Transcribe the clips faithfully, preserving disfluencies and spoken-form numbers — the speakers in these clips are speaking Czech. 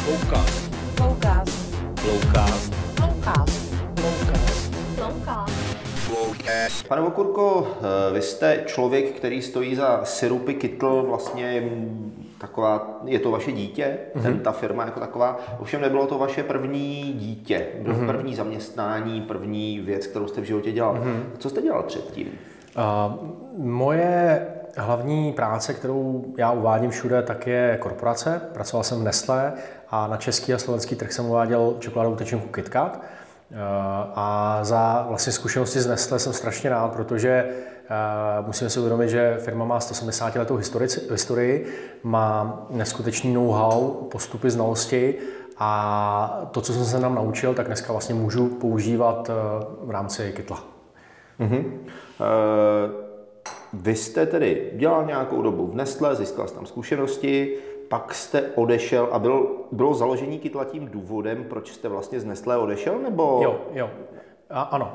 Flowcast. Flowcast. Flowcast. Flowcast. Flowcast. Flowcast. Flowcast. Pane Okurko, vy jste člověk, který stojí za sirupy Kytl, vlastně taková, je to vaše dítě, mm-hmm. ten, ta firma jako taková, ovšem nebylo to vaše první dítě, bylo mm-hmm. první zaměstnání, první věc, kterou jste v životě dělal. Mm-hmm. Co jste dělal předtím? Uh, moje hlavní práce, kterou já uvádím všude, tak je korporace. Pracoval jsem v Nestlé a na český a slovenský trh jsem uváděl čokoládovou tyčinku KitKat. A za vlastně zkušenosti z Nestlé jsem strašně rád, protože musíme si uvědomit, že firma má sto sedmdesát letou historii, má neskutečný know-how, postupy, znalosti a to, co jsem se nám naučil, tak dneska vlastně můžu používat v rámci Kytla. Mm-hmm. Uh... Vy jste tedy dělal nějakou dobu v Nestlé, získal jste tam zkušenosti, pak jste odešel a byl, bylo založení Kytla tím důvodem, proč jste vlastně z Nestlé odešel, nebo? Jo, jo. A, ano.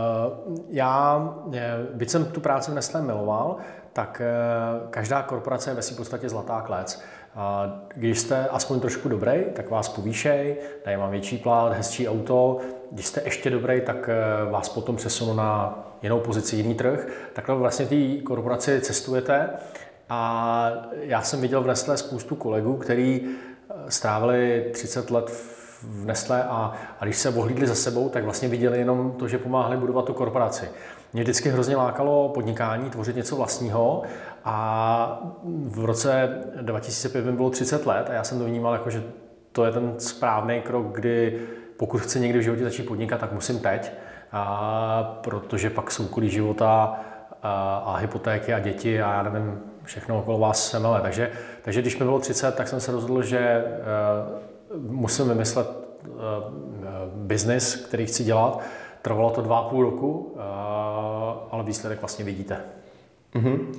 Já, byť jsem tu práci v Nestlé miloval, tak každá korporace je ve své podstatě zlatá klec. Když jste aspoň trošku dobrý, tak vás povýšej, dají vám větší plat, hezčí auto. Když jste ještě dobrý, tak vás potom přesunu na jinou pozici, jiný trh. Takhle vlastně v té korporaci cestujete. A já jsem viděl v Nestlé spoustu kolegů, kteří strávili třicet let v Nestlé a, a když se ohlídli za sebou, tak vlastně viděli jenom to, že pomáhali budovat tu korporaci. Mě vždycky hrozně lákalo podnikání, tvořit něco vlastního a v roce dva tisíce pět mi bylo třicet let a já jsem to vnímal jako, že to je ten správný krok, kdy pokud chci někdy v životě začít podnikat, tak musím teď, a protože pak jsou okolí života a, a hypotéky a děti a já nevím, všechno okolo vás se mele. Takže, takže když mi bylo třicet, tak jsem se rozhodl, že uh, musím vymyslet uh, biznis, který chci dělat. Trvalo to dva a půl roku, uh, ale výsledek vlastně vidíte. Mm-hmm. Uh,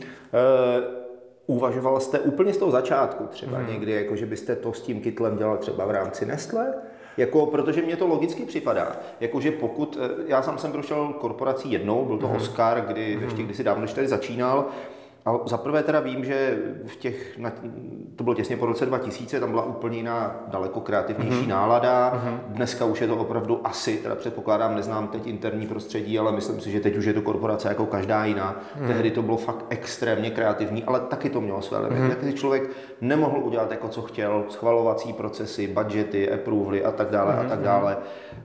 uvažoval jste úplně z toho začátku třeba mm. někdy, jako že byste to s tím Kytlem dělal třeba v rámci Nestlé? Jako, protože mně to logicky připadá, jakože pokud, já sám jsem prošel korporací jednou, byl to mm. Oscar, kdy mm. ještě kdysi dávno, když tady začínal, a za prvé teda vím, že v těch, to bylo těsně po roce dva tisíce, tam byla úplně jiná, daleko kreativnější mm-hmm. nálada. Mm-hmm. Dneska už je to opravdu asi, teda předpokládám, neznám teď interní prostředí, ale myslím si, že teď už je to korporace jako každá jiná. Mm-hmm. Tehdy to bylo fakt extrémně kreativní, ale taky to mělo své limity. Mm-hmm. Taky si člověk nemohl udělat jako co chtěl, schvalovací procesy, budgety, approvaly a tak dále mm-hmm. a tak dále.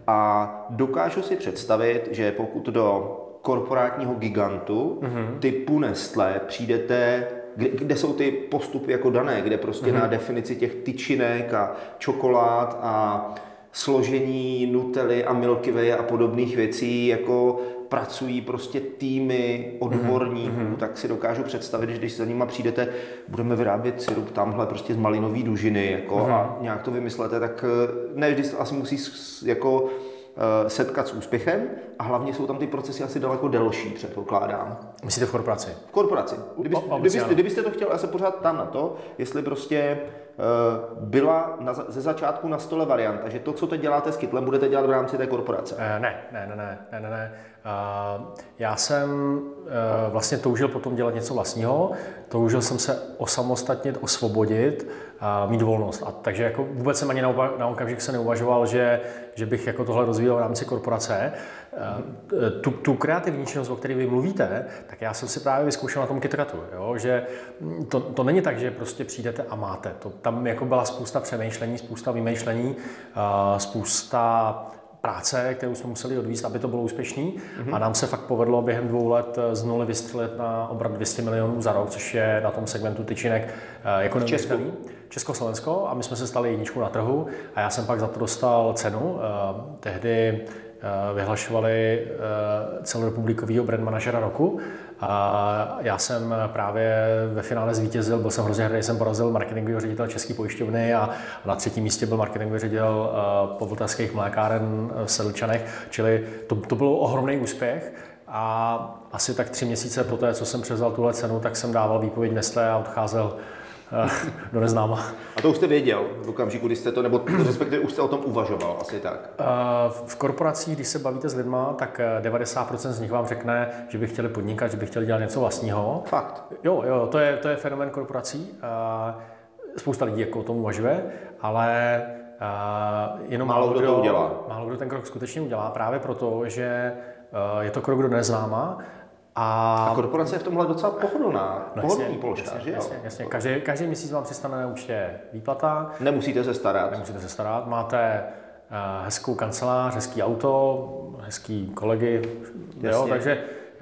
A dokážu si představit, že pokud do korporátního gigantu mm-hmm. typu Nestlé přijdete, kde, kde jsou ty postupy jako dané, kde prostě mm-hmm. na definici těch tyčinek a čokolád a složení Nutelly a Milky Way a podobných věcí jako pracují prostě týmy odborníků, mm-hmm. tak si dokážu představit, že když za nima přijdete, budeme vyrábět sirup tamhle prostě z malinové dužiny jako, mm-hmm. a nějak to vymyslete, tak ne vždy asi musí jako setkat s úspěchem a hlavně jsou tam ty procesy asi daleko delší, předpokládám. Myslíte v korporaci? V korporaci. Kdybyste, o, kdybyste, kdybyste to chtěl, já se pořád tam na to, jestli prostě uh, byla na, ze začátku na stole varianta, že to, co teď děláte s Kytlem, budete dělat v rámci té korporace. Uh, ne, ne, ne, ne, ne, ne, ne. Uh, já jsem uh, vlastně toužil potom dělat něco vlastního, toužil jsem se osamostatnit, osvobodit, uh, mít volnost. A takže jako vůbec jsem ani na, oba, na okamžik se neuvažoval, že, že bych jako tohle rozvíjel v rámci korporace. Uh, tu, tu kreativní činnost, o které vy mluvíte, tak já jsem si právě vyzkoušel na tom KitKatu, jo? Že to, to není tak, že prostě přijdete a máte. To, tam jako byla spousta přemýšlení, spousta vymýšlení, uh, spousta práce, kterou jsme museli odvízt, aby to bylo úspěšný. Mm-hmm. A nám se fakt povedlo během dvou let z nuly vystřelit na obrat dvě stě milionů za rok, což je na tom segmentu tyčinek jako neuvěřitelný. Československo a my jsme se stali jedničkou na trhu a já jsem pak za to dostal cenu. Tehdy vyhlašovali celorepublikovýho brand manažera roku a já jsem právě ve finále zvítězil, byl jsem hrozně hrdý, jsem porazil marketingového ředitele České pojišťovny a na třetím místě byl marketingový ředitel Povltavských mlékáren v Sedlčanech, čili to, to byl ohromný úspěch. A asi tak tři měsíce poté, co jsem převzal tuhle cenu, tak jsem dával výpověď Nestlé a odcházel do neznáma. A to už jste věděl v okamžiku, kdy jste to, nebo respektive už jste o tom uvažoval, asi tak? V korporacích, když se bavíte s lidma, tak devadesát procent z nich vám řekne, že by chtěli podnikat, že by chtěli dělat něco vlastního. Fakt? Jo, jo, to je, to je fenomén korporací. Spousta lidí jako o tom uvažuje, ale jenom málo kdo to udělá. Málo kdo ten krok skutečně udělá, právě proto, že je to krok do neznáma. A, a korporace je v tomhle docela pohodlná, no pohodlný jasně, polštář, jasně, jo? Jasně, jasně. Každý, každý měsíc vám přistane určitě výplata. Nemusíte se starat. Nemusíte se starat. Máte uh, hezkou kancelář, hezký auto, hezký kolegy, jo, takže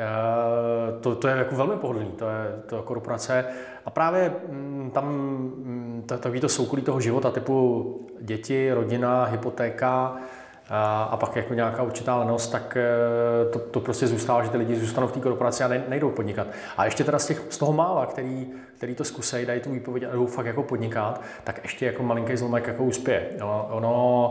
uh, to, to je jako velmi pohodlný, to je to korporace. A právě m, tam m, to, takový to soukolí toho života typu děti, rodina, hypotéka, a pak jako nějaká určitá lenost, tak to, to prostě zůstává, že ty lidi zůstanou v té korporaci a nejdou podnikat. A ještě teda z, těch, z toho mála, který, který to zkusejí, dají tu výpověď a jdou fakt jako podnikat, tak ještě jako malinký zlomek jako uspěje. Ono, ono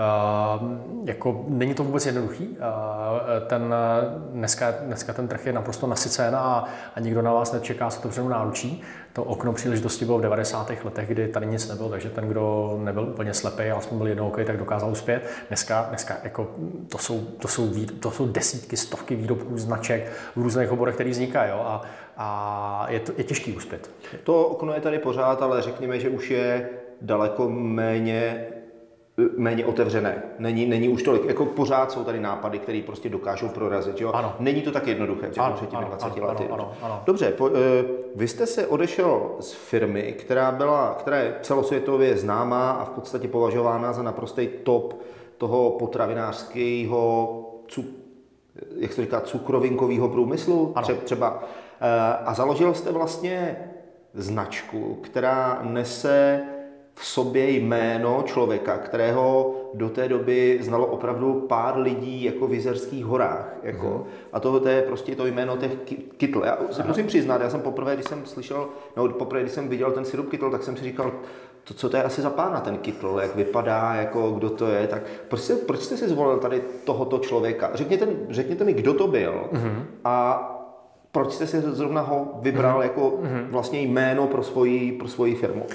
uh, jako není to vůbec jednoduchý. Uh, ten, dneska, dneska ten trh je naprosto nasycen a, a nikdo na vás nečeká s otevřenou náručí. To okno příležitosti bylo v devadesátých letech, kdy tady nic nebylo, takže ten, kdo nebyl úplně slepý, ale aspoň byl jednookej, tak dokázal uspět. Dneska, dneska jako to, jsou, to, jsou, to jsou desítky, stovky výrobků, značek v různých oborech, které vznikají, jo? A, a je, to, je těžký uspět. To okno je tady pořád, ale řekněme, že už je daleko méně méně otevřené. Není, není už tolik. Jako pořád jsou tady nápady, které prostě dokážou prorazit. Jo? Ano. Není to tak jednoduché, jako před těmi dvaceti ano, lety. Ano, ano, ano. Dobře, po, vy jste se odešel z firmy, která, byla, která je celosvětově známá a v podstatě považována za naprostý top toho potravinářského, jak se to říká, cukrovinkového průmyslu. Ano. Třeba. A založil jste vlastně značku, která nese v sobě jméno člověka, kterého do té doby znalo opravdu pár lidí jako v Jizerských horách. Jako. Mm. A to, to je prostě to jméno těch Kytl. Já se musím přiznat, já jsem poprvé, když jsem slyšel, no poprvé, když jsem viděl ten sirup Kytl, tak jsem si říkal, to, co to je asi za pána ten Kytl, jak vypadá, jako kdo to je, tak proč jste, proč jste si zvolil tady tohoto člověka? Řekněte, řekněte mi, kdo to byl mm. a proč jste si zrovna ho vybral mm. jako mm. vlastně jméno pro svoji, pro svoji firmu?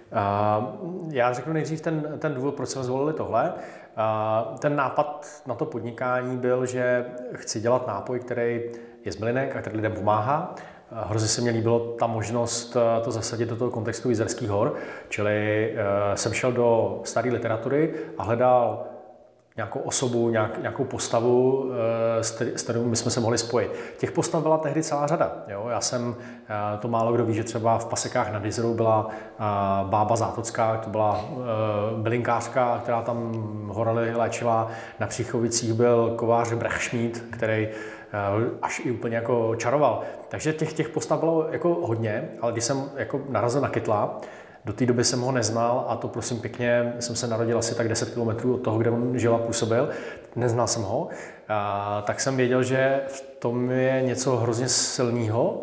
Uh, já řeknu nejdřív ten, ten důvod, proč jsme zvolili tohle. Uh, ten nápad na to podnikání byl, že chci dělat nápoj, který je z bylinek a který lidem pomáhá. Uh, hrozně se mi líbilo ta možnost uh, to zasadit do toho kontextu Jizerských hor, čili uh, jsem šel do staré literatury a hledal nějakou osobu, nějak, nějakou postavu, s kterou my jsme se mohli spojit. Těch postav byla tehdy celá řada. Jo? Já jsem, to málo kdo ví, že třeba v Pasekách nad Jizerou byla bába Zátocká, to byla bylinkářka, která tam horely léčila. Na Příchovicích byl kovář Brechšmíd, který až i úplně jako čaroval. Takže těch, těch postav bylo jako hodně, ale když jsem jako narazil na Kytla, do té doby jsem ho neznal a to prosím pěkně, jsem se narodil asi tak deset kilometrů od toho, kde on žil a působil, neznal jsem ho, a, tak jsem věděl, že v tom je něco hrozně silného,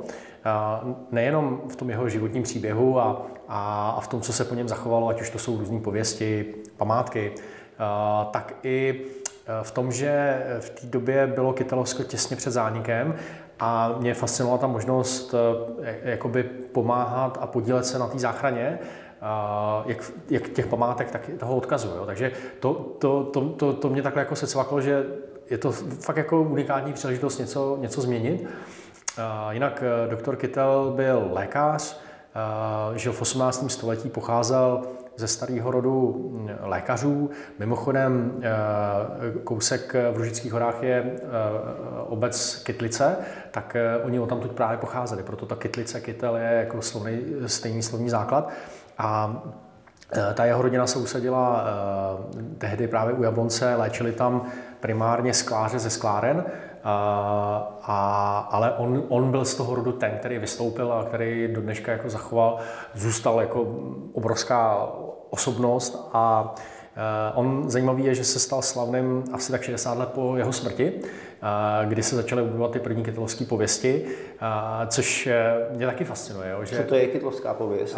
nejenom v tom jeho životním příběhu a, a, a v tom, co se po něm zachovalo, ať už to jsou různé pověsti, památky, a, tak i v tom, že v té době bylo Kytelovsko těsně před zánikem a mě fascinovala ta možnost jakoby pomáhat a podílet se na té záchraně, jak, jak těch památek, tak toho odkazu. Jo. Takže to, to, to, to, to mě takhle jako se cvaklo, že je to fakt jako unikátní příležitost něco, něco změnit. Jinak doktor Kytel byl lékař, žil v osmnáctém století, pocházel ze starého rodu lékařů. Mimochodem kousek v Ružických horách je obec Kytlice, tak oni o tamtud právě pocházeli. Proto ta Kytlice, Kytel je jako slovný, stejný slovní základ. A ta jeho rodina se usadila tehdy právě u Jablonce, léčili tam primárně skláře ze skláren, a, a, ale on, on byl z toho rodu ten, který vystoupil a který do dneška jako zachoval, zůstal jako obrovská osobnost a on zajímavý je, že se stal slavným asi tak šedesát let po jeho smrti, kdy se začaly objevovat ty první kytelovské pověsti, což mě taky fascinuje. Že, co to je kytelovská pověst?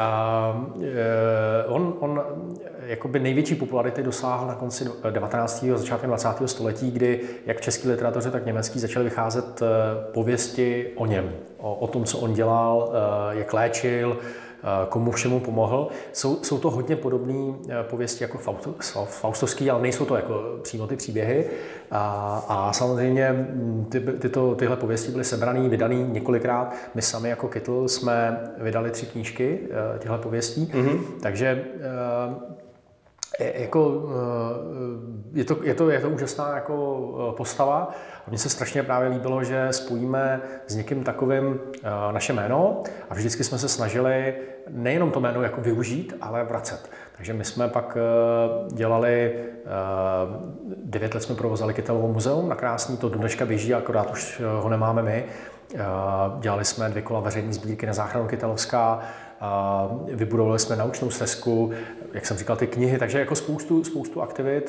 On, on jakoby největší popularity dosáhl na konci devatenáctého a začátkem dvacátého století, kdy jak v české literatuře, tak německý začaly vycházet pověsti o něm, o, o tom, co on dělal, jak léčil, komu všemu pomohl. Jsou, jsou to hodně podobné pověsti jako faustovský, ale nejsou to jako přímo ty příběhy. A, a samozřejmě ty, tyto, tyhle pověsti byly sebrané, vydané několikrát. My sami jako Kytl jsme vydali tři knížky těchto pověstí. Mm-hmm. Takže Je, jako, je, to, je, to, je to úžasná jako postava a mně se strašně právě líbilo, že spojíme s někým takovým naše jméno a vždycky jsme se snažili nejenom to jméno jako využít, ale vracet. Takže my jsme pak dělali, devět let jsme provozali Kytelovo muzeum na Krásný, to do dneška běží, akorát už ho nemáme my. Dělali jsme dvě kola veřejné sbírky na záchranu Kytelovská, vybudovali jsme naučnou stezku, jak jsem říkal, ty knihy, takže jako spoustu, spoustu aktivit.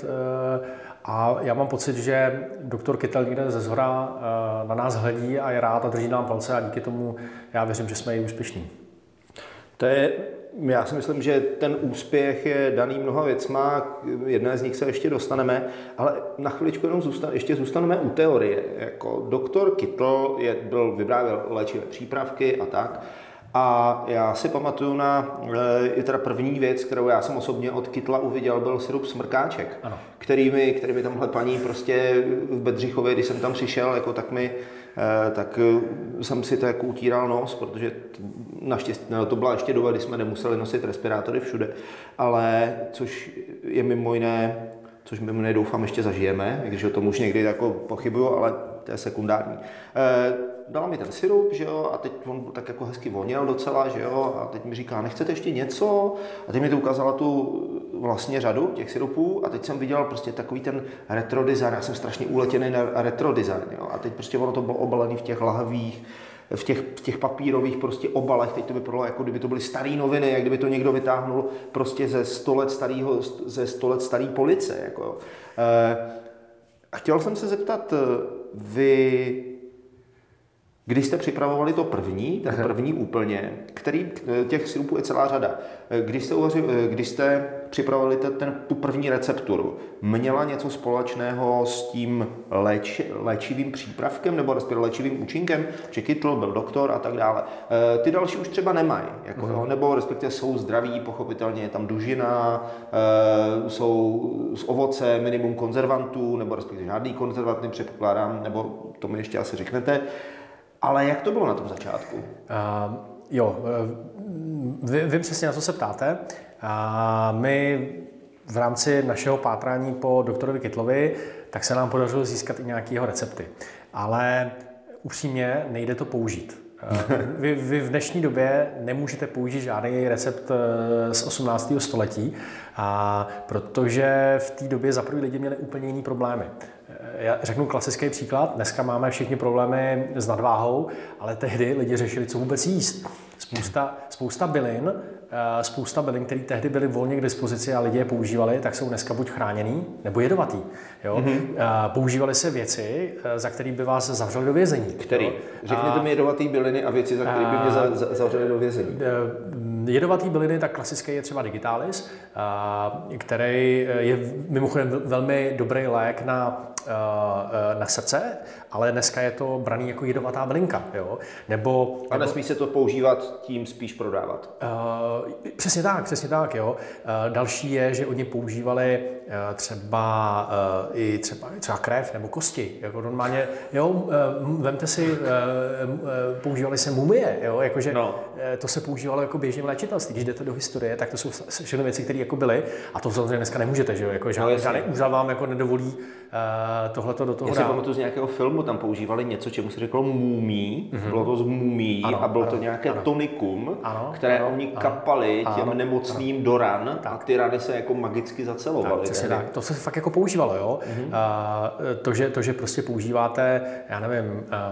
A já mám pocit, že doktor Kytel někde ze zhora na nás hledí a je rád a drží nám palce a díky tomu já věřím, že jsme i úspěšní. To je, já si myslím, že ten úspěch je daný mnoha věcma, jedné z nich se ještě dostaneme, ale na chviličku jenom zůstan, ještě zůstaneme u teorie. Jako doktor Kytl je, byl vyráběl léčivé přípravky a tak. A já si pamatuju na, je teda první věc, kterou já jsem osobně od Kytla uviděl, byl sirup Smrkáček, ano. který mi, který mi tamhle paní prostě v Bedřichově, když jsem tam přišel, jako tak mi, tak jsem si to jako utíral nos, protože naštěstí, no, to byla ještě doba, kdy jsme nemuseli nosit respirátory všude, ale což je mimo jiné, což mimo jiné doufám ještě zažijeme, když o tom už někdy jako pochybuju, ale to je sekundární. Dala mi ten sirup, že jo, a teď on tak jako hezky voněl docela, že jo, a teď mi říká, nechcete ještě něco? A teď mi to ukázala tu vlastně řadu těch sirupů a teď jsem viděl prostě takový ten retro design, já jsem strašně uletěný na retro design, jo, a teď prostě ono to bylo obalený v těch lahvích, v těch, v těch papírových prostě obalech, teď to vypadalo, jako kdyby to byly staré noviny, jak kdyby to někdo vytáhnul prostě ze sto let starého, ze sto let starý police, jako. A chtěl jsem se zeptat, vy, když jste připravovali to první, ten první úplně, který těch sirupů je celá řada, když jste, uvaři, když jste připravovali ten, ten, tu první recepturu, měla něco společného s tím léč, léčivým přípravkem nebo respektive léčivým účinkem, že Kytl byl doktor a tak dále. Ty další už třeba nemají, jako, mm. nebo respektive jsou zdraví, pochopitelně je tam dužina, jsou z ovoce, minimum konzervantů, nebo respektive žádný konzervanty předpokládám, nebo to mi ještě asi řeknete. Ale jak to bylo na tom začátku? Uh, jo, vím přesně, na co se ptáte. Uh, my v rámci našeho pátrání po doktorovi Kytlovi, tak se nám podařilo získat i nějaké jeho recepty. Ale upřímně nejde to použít. Uh, vy, vy v dnešní době nemůžete použít žádný recept z osmnáctého století, a protože v té době za první lidi měli úplně jiný problémy. Já řeknu klasický příklad. Dneska máme všichni problémy s nadváhou, ale tehdy lidi řešili, co vůbec jíst. Spousta, spousta bylin, spousta bylin, které tehdy byly volně k dispozici a lidi je používali, tak jsou dneska buď chráněný, nebo jedovatý. Jo? Mm-hmm. Používaly se věci, za které by vás zavřeli do vězení. Který? Řekněte a... mi jedovatý byliny a věci, za které by mě za, za, zavřeli do vězení. Jedovatý byliny, tak klasický je třeba Digitalis, který je mimochodem velmi dobrý lék na na srdce, ale dneska je to braný jako jedovatá bylinka. Jo? Nebo, a nesmí nebo, se to používat, tím spíš prodávat? Uh, přesně tak, přesně tak. Jo? Uh, další je, že oni používali uh, třeba uh, i třeba, třeba krev nebo kosti. Jako normálně, jo, uh, vemte si, uh, uh, používali se mumie, jo? Jakože, no. uh, to se používalo jako běžně v léčitelství. Když jdete do historie, tak to jsou všechny věci, které jako byly, a to samozřejmě dneska nemůžete, že jo? Jako žádný, no, žádný úřad vám jako nedovolí uh, tohleto do toho. Já si pamatuju z nějakého filmu, tam používali něco, čemu se řeklo mumí, mm-hmm. bylo to z mumí ano, a bylo ano, to nějaké ano. tonikum, ano, které ano, oni kapali ano, těm ano, nemocným ano. do ran tak. a ty rany se jako magicky zacelovaly. Tak, tak. To se fakt jako používalo, jo. Mm-hmm. Uh, to, že, to, že prostě používáte, já nevím,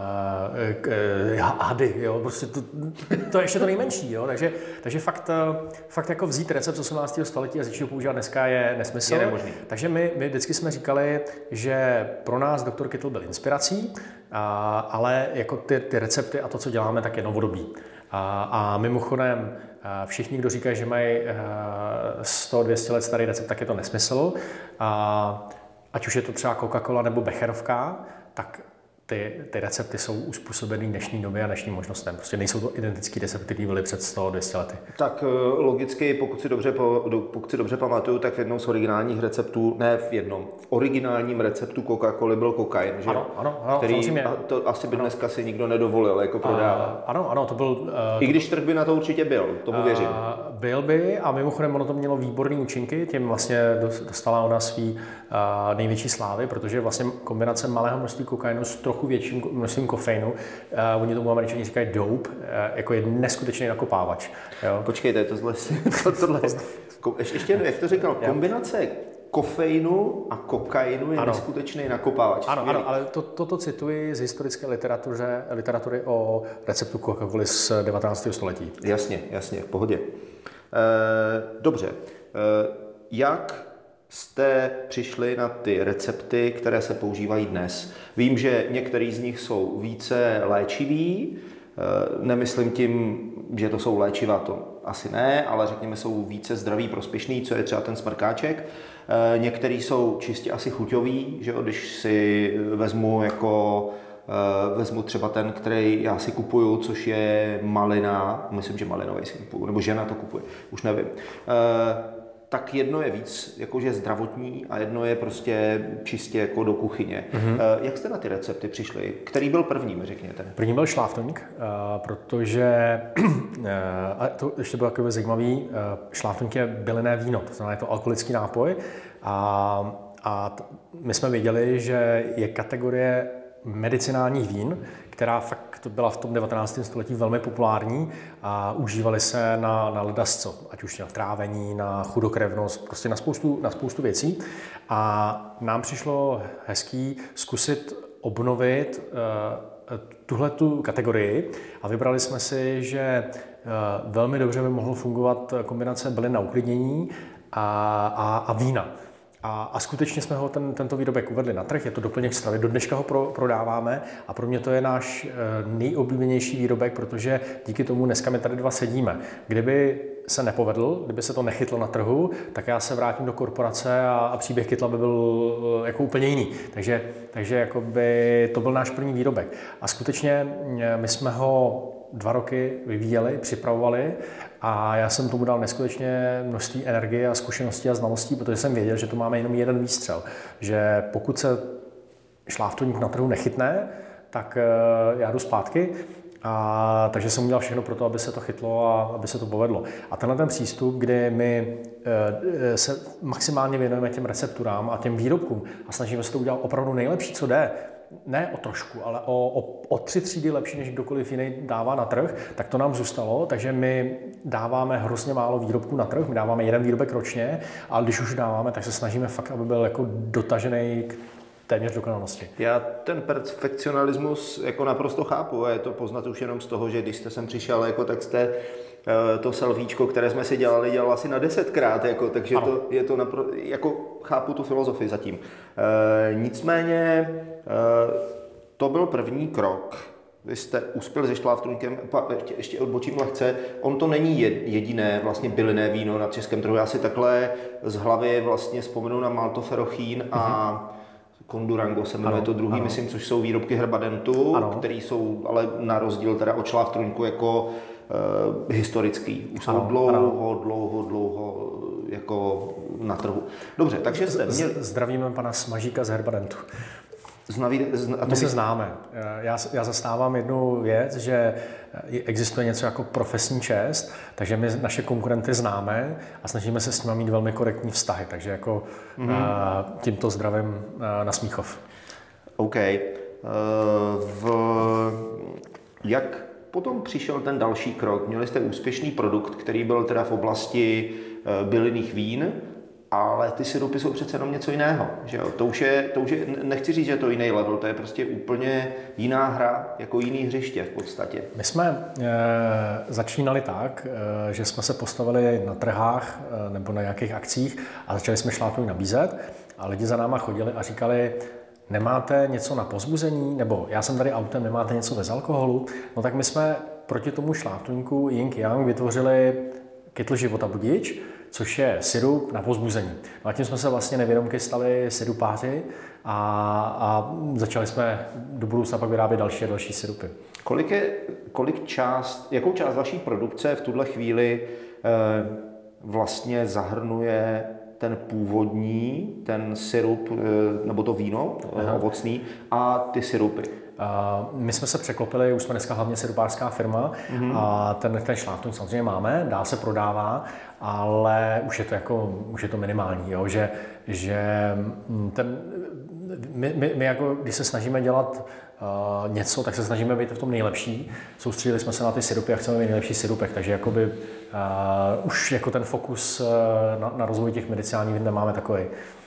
uh, uh, hady, jo, prostě to, to je ještě to nejmenší, jo, takže, takže fakt, fakt jako vzít recept z osmnáctého století a začít ho používat dneska je nesmysl. Je takže my, my vždycky jsme říkali, že pro nás doktor Kytl byl inspirací, a, ale jako ty, ty recepty a to, co děláme, tak je novodobí. A, a mimochodem, všichni, kdo říkají, že mají sto dvě stě let starý recept, tak je to nesmysl. A, ať už je to třeba Coca-Cola nebo Becherovka, tak ty, ty recepty jsou uspůsobený dnešní době a dnešním možnostem. Prostě nejsou to identické recepty, které byly před sto dvě stě lety. Tak logicky, pokud si dobře, pokud si dobře pamatuju, tak v jednom z originálních receptů, ne v jednom, v originálním receptu Coca-Coly byl kokain, že? Ano, ano, ano, který samozřejmě. to asi by dneska si nikdo nedovolil jako prodávat. Uh, ano, ano, to byl... Uh, I když trh by na to určitě byl, tomu věřím. Uh, byl by a mimochodem ono to mělo výborné účinky, tím vlastně dostala ona svý uh, největší slávy, protože vlastně kombinace malého množství kokainu s trochu větším množstvím kofeinu, uh, oni tomu Američani říkají dope, uh, jako je neskutečný nakopávač. Jo? Počkejte, tohle si... To, tohle, ještě jednou, jak to říkal, kombinace kofeinu a kokainu je ano. neskutečný nakopávač. Ano, ano, ale to, toto cituji z historické literatury, literatury o receptu Coca-Coly z devatenáctého století. Jasně, jasně, v pohodě. E, dobře, e, jak jste přišli na ty recepty, které se používají dnes? Vím, že některý z nich jsou více léčivý, e, nemyslím tím, že to jsou léčiva, to asi ne, ale řekněme jsou více zdraví, prospěšný, co je třeba ten smrkáček. E, některý jsou čistě asi chuťový, že jo, když si vezmu jako e, vezmu třeba ten, který já si kupuju, což je malina, myslím, že malinový si kupuju, nebo žena to kupuje, už nevím. E, tak jedno je víc jakože zdravotní a jedno je prostě čistě jako do kuchyně. Mm-hmm. E, jak jste na ty recepty přišli? Který byl první, mi řekněte? První byl šláftoník, protože, a to ještě bylo takové zajímavý, šláftoník je bylinné víno, to znamená, je to alkoholický nápoj a, a my jsme věděli, že je kategorie medicinálních vín, která fakt byla v tom devatenáctém století velmi populární a užívaly se na, na ledasco, ať už na trávení, na chudokrevnost, prostě na spoustu, na spoustu věcí. A nám přišlo hezký zkusit obnovit uh, tuhletu kategorii a vybrali jsme si, že uh, velmi dobře by mohlo fungovat kombinace bylin na uklidnění a, a, a vína. A, a skutečně jsme ho ten, tento výrobek uvedli na trh, je to doplněk stravy, do dneška ho pro, prodáváme a pro mě to je náš e, nejoblíbenější výrobek, protože díky tomu dneska my tady dva sedíme. Kdyby se nepovedl, kdyby se to nechytlo na trhu, tak já se vrátím do korporace a, a příběh Kytla by byl e, jako úplně jiný. Takže, takže jakoby to byl náš první výrobek. A skutečně my jsme ho dva roky vyvíjeli, připravovali a já jsem tomu dal neskutečně množství energie a zkušeností a znalostí, protože jsem věděl, že tu máme jenom jeden výstřel. Že pokud se šláftoník na trhu nechytne, tak já jdu zpátky. A, takže jsem udělal všechno pro to, aby se to chytlo a aby se to povedlo. A tenhle ten přístup, kdy my e, se maximálně věnujeme těm recepturám a těm výrobkům a snažíme se to udělat opravdu nejlepší, co jde, ne o trošku, ale o, o, o tři třídy lepší, než kdokoliv jiný dává na trh, tak to nám zůstalo, takže my dáváme hrozně málo výrobků na trh, my dáváme jeden výrobek ročně, ale když už dáváme, tak se snažíme fakt, aby byl jako dotažený k téměř dokonalosti. Já ten perfekcionalismus jako naprosto chápu a je to poznat už jenom z toho, že když jste sem přišel, jako, tak jste to selvíčko, které jsme si dělali, dělal asi na desetkrát, jako, takže to, je to napro, jako chápu tu filozofii zatím. E, nicméně e, to byl první krok. Vy jste uspěl se šláftoníkem, ještě odbočím lehce, on to není jediné vlastně bylinné víno na českém trhu. Já si takhle z hlavy vlastně vzpomenu na Maltoferochin mm-hmm. a Kondurango se jmenuje to druhý, ano. myslím, což jsou výrobky Herbadentu, které jsou ale na rozdíl teda od šláftoníku jako uh, historický. Už jsou ano, dlouho, ano. dlouho, dlouho jako na trhu. Dobře, takže jste měli... Zdravíme pana Smažíka z Herbadentu. Znaví, zna, My se známe. Já, já zastávám jednu věc, že existuje něco jako profesní čest, takže my naše konkurenty známe a snažíme se s nimi mít velmi korektní vztahy. Takže jako mm-hmm. tímto zdravím na Smíchov. OK. V, jak potom přišel ten další krok? Měli jste úspěšný produkt, který byl teda v oblasti bylinných vín, ale ty sirupy jsou přece jenom něco jiného, že jo? To už je, to už je, nechci říct, že je to jiný level, to je prostě úplně jiná hra, jako jiný hřiště v podstatě. My jsme e, začínali tak, e, že jsme se postavili na trhách e, nebo na nějakých akcích a začali jsme šláftoník nabízet a lidi za náma chodili a říkali, nemáte něco na pozbuzení, nebo já jsem tady autem, nemáte něco bez alkoholu, no tak my jsme proti tomu šláftoníku Yin Yang vytvořili Kytl života budič, což je sirup na povzbuzení. No a tím jsme se vlastně nevědomky stali sirupáři a, a začali jsme do budoucna pak vyrábět další a další sirupy. Kolik je, kolik část, jakou část vaší produkce v tuhle chvíli eh, vlastně zahrnuje ten původní, ten sirup, eh, nebo to víno Aha. ovocný a ty sirupy? Uh, my jsme se překlopili, už jsme dneska hlavně sirupářská firma mm-hmm. a ten, ten šláptůň samozřejmě máme, dál se prodává, ale už je to jako, už je to minimální, jo? Že, že ten, my, my, my jako, když se snažíme dělat uh, něco, tak se snažíme být v tom nejlepší. Soustředili jsme se na ty sirupy a chceme být nejlepší sirupek, takže jakoby, uh, už jako ten fokus uh, na, na rozvoj těch medicinálních nemáme takový.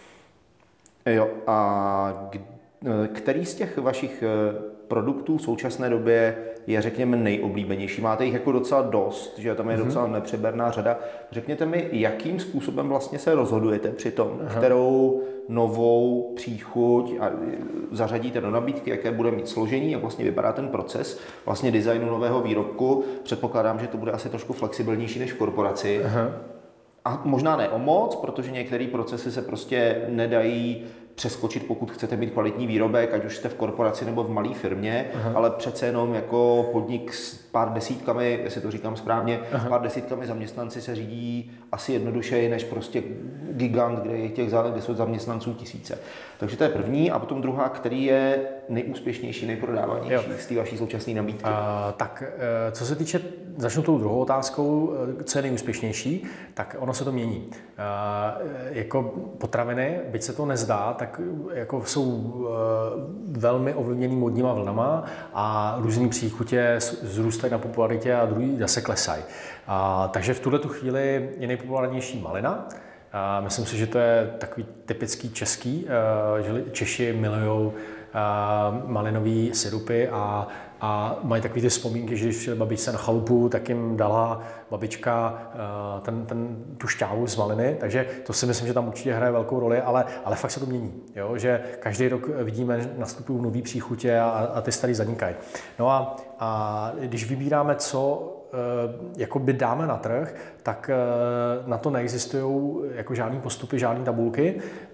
Jo, a který z těch vašich produktů v současné době je, řekněme, nejoblíbenější? Máte jich jako docela dost, že tam je mm-hmm. docela nepřeberná řada. Řekněte mi, jakým způsobem vlastně se rozhodujete při tom, Aha. kterou novou příchuť a zařadíte do nabídky, jaké bude mít složení, jak vlastně vypadá ten proces vlastně designu nového výrobku. Předpokládám, že to bude asi trošku flexibilnější než v korporaci. Aha. A možná ne o moc, protože některé procesy se prostě nedají přeskočit, pokud chcete mít kvalitní výrobek, ať už jste v korporaci nebo v malé firmě, Aha. ale přece jenom jako podnik s pár desítkami, jestli to říkám správně, Aha. pár desítkami zaměstnanci se řídí asi jednodušeji než prostě gigant, kde je těch kde jsou zaměstnanců tisíce. Takže to je první a potom druhá, který je nejúspěšnější, nejprodávanější z té vaší současné nabídky. A, tak co se týče, začnu tou druhou otázkou, co je nejúspěšnější, tak ono se to mění. A, jako potraviny, byť se to nezdá, tak jako jsou velmi ovlivněný módníma vlnama a různý příchutě zrůstají na popularitě a druhý zase klesají. A, takže v tuhle tu chvíli je nejpopulárnější malina. A myslím si, že to je takový typický český, že Češi milujou malinový sirupy a, a mají takové ty vzpomínky, že když přijeli babičce na chalupu, tak jim dala babička ten, ten, tu šťávu z maliny, takže to si myslím, že tam určitě hraje velkou roli, ale, ale fakt se to mění, jo? Že každý rok vidíme, že nastupují nový příchutě a, a ty starý zanikají. No a, a když vybíráme, co jakoby dáme na trh, tak na to neexistují jako žádný postupy, žádný tabulky.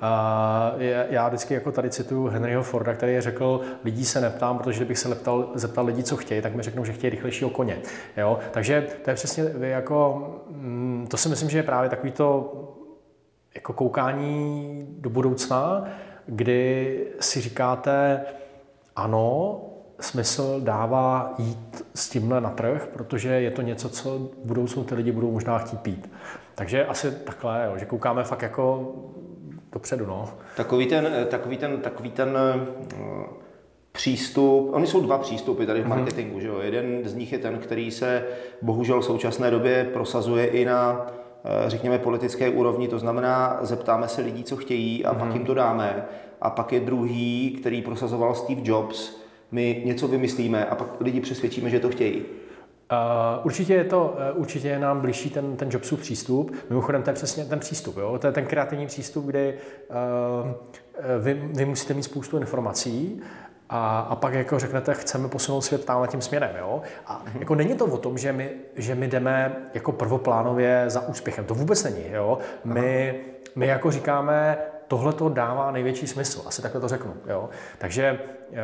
Já vždycky jako tady cituju Henryho Forda, který řekl, lidí se neptám, protože kdybych se leptal, zeptal lidí, co chtějí, tak mi řeknou, že chtějí rychlejšího koně. Jo? Takže to je přesně jako, to si myslím, že je právě takový to jako koukání do budoucna, kdy si říkáte, ano, smysl dává jít s tímhle na trh, protože je to něco, co v budoucnu ty lidi budou možná chtít pít. Takže asi takhle, jo, že koukáme fakt jako dopředu. No. Takový ten, takový ten, takový ten uh, přístup, oni jsou dva přístupy tady v marketingu. Mm-hmm. Že jo? Jeden z nich je ten, který se bohužel v současné době prosazuje i na řekněme politické úrovni, to znamená, zeptáme se lidí, co chtějí a mm-hmm. pak jim to dáme. A pak je druhý, který prosazoval Steve Jobs, my něco vymyslíme a pak lidi přesvědčíme, že to chtějí. Uh, určitě je to, uh, určitě je nám blížší ten, ten Jobsův přístup. Mimochodem, to je přesně ten přístup, jo? To je ten kreativní přístup, kdy uh, vy, vy musíte mít spoustu informací a, a pak jako řeknete, chceme posunout svět tamhle tím směrem. Jo? A mm-hmm. jako není to o tom, že my, že my jdeme jako prvoplánově za úspěchem. To vůbec není. Jo? My, my jako říkáme, tohle to dává největší smysl, asi takhle to řeknu. Jo? Takže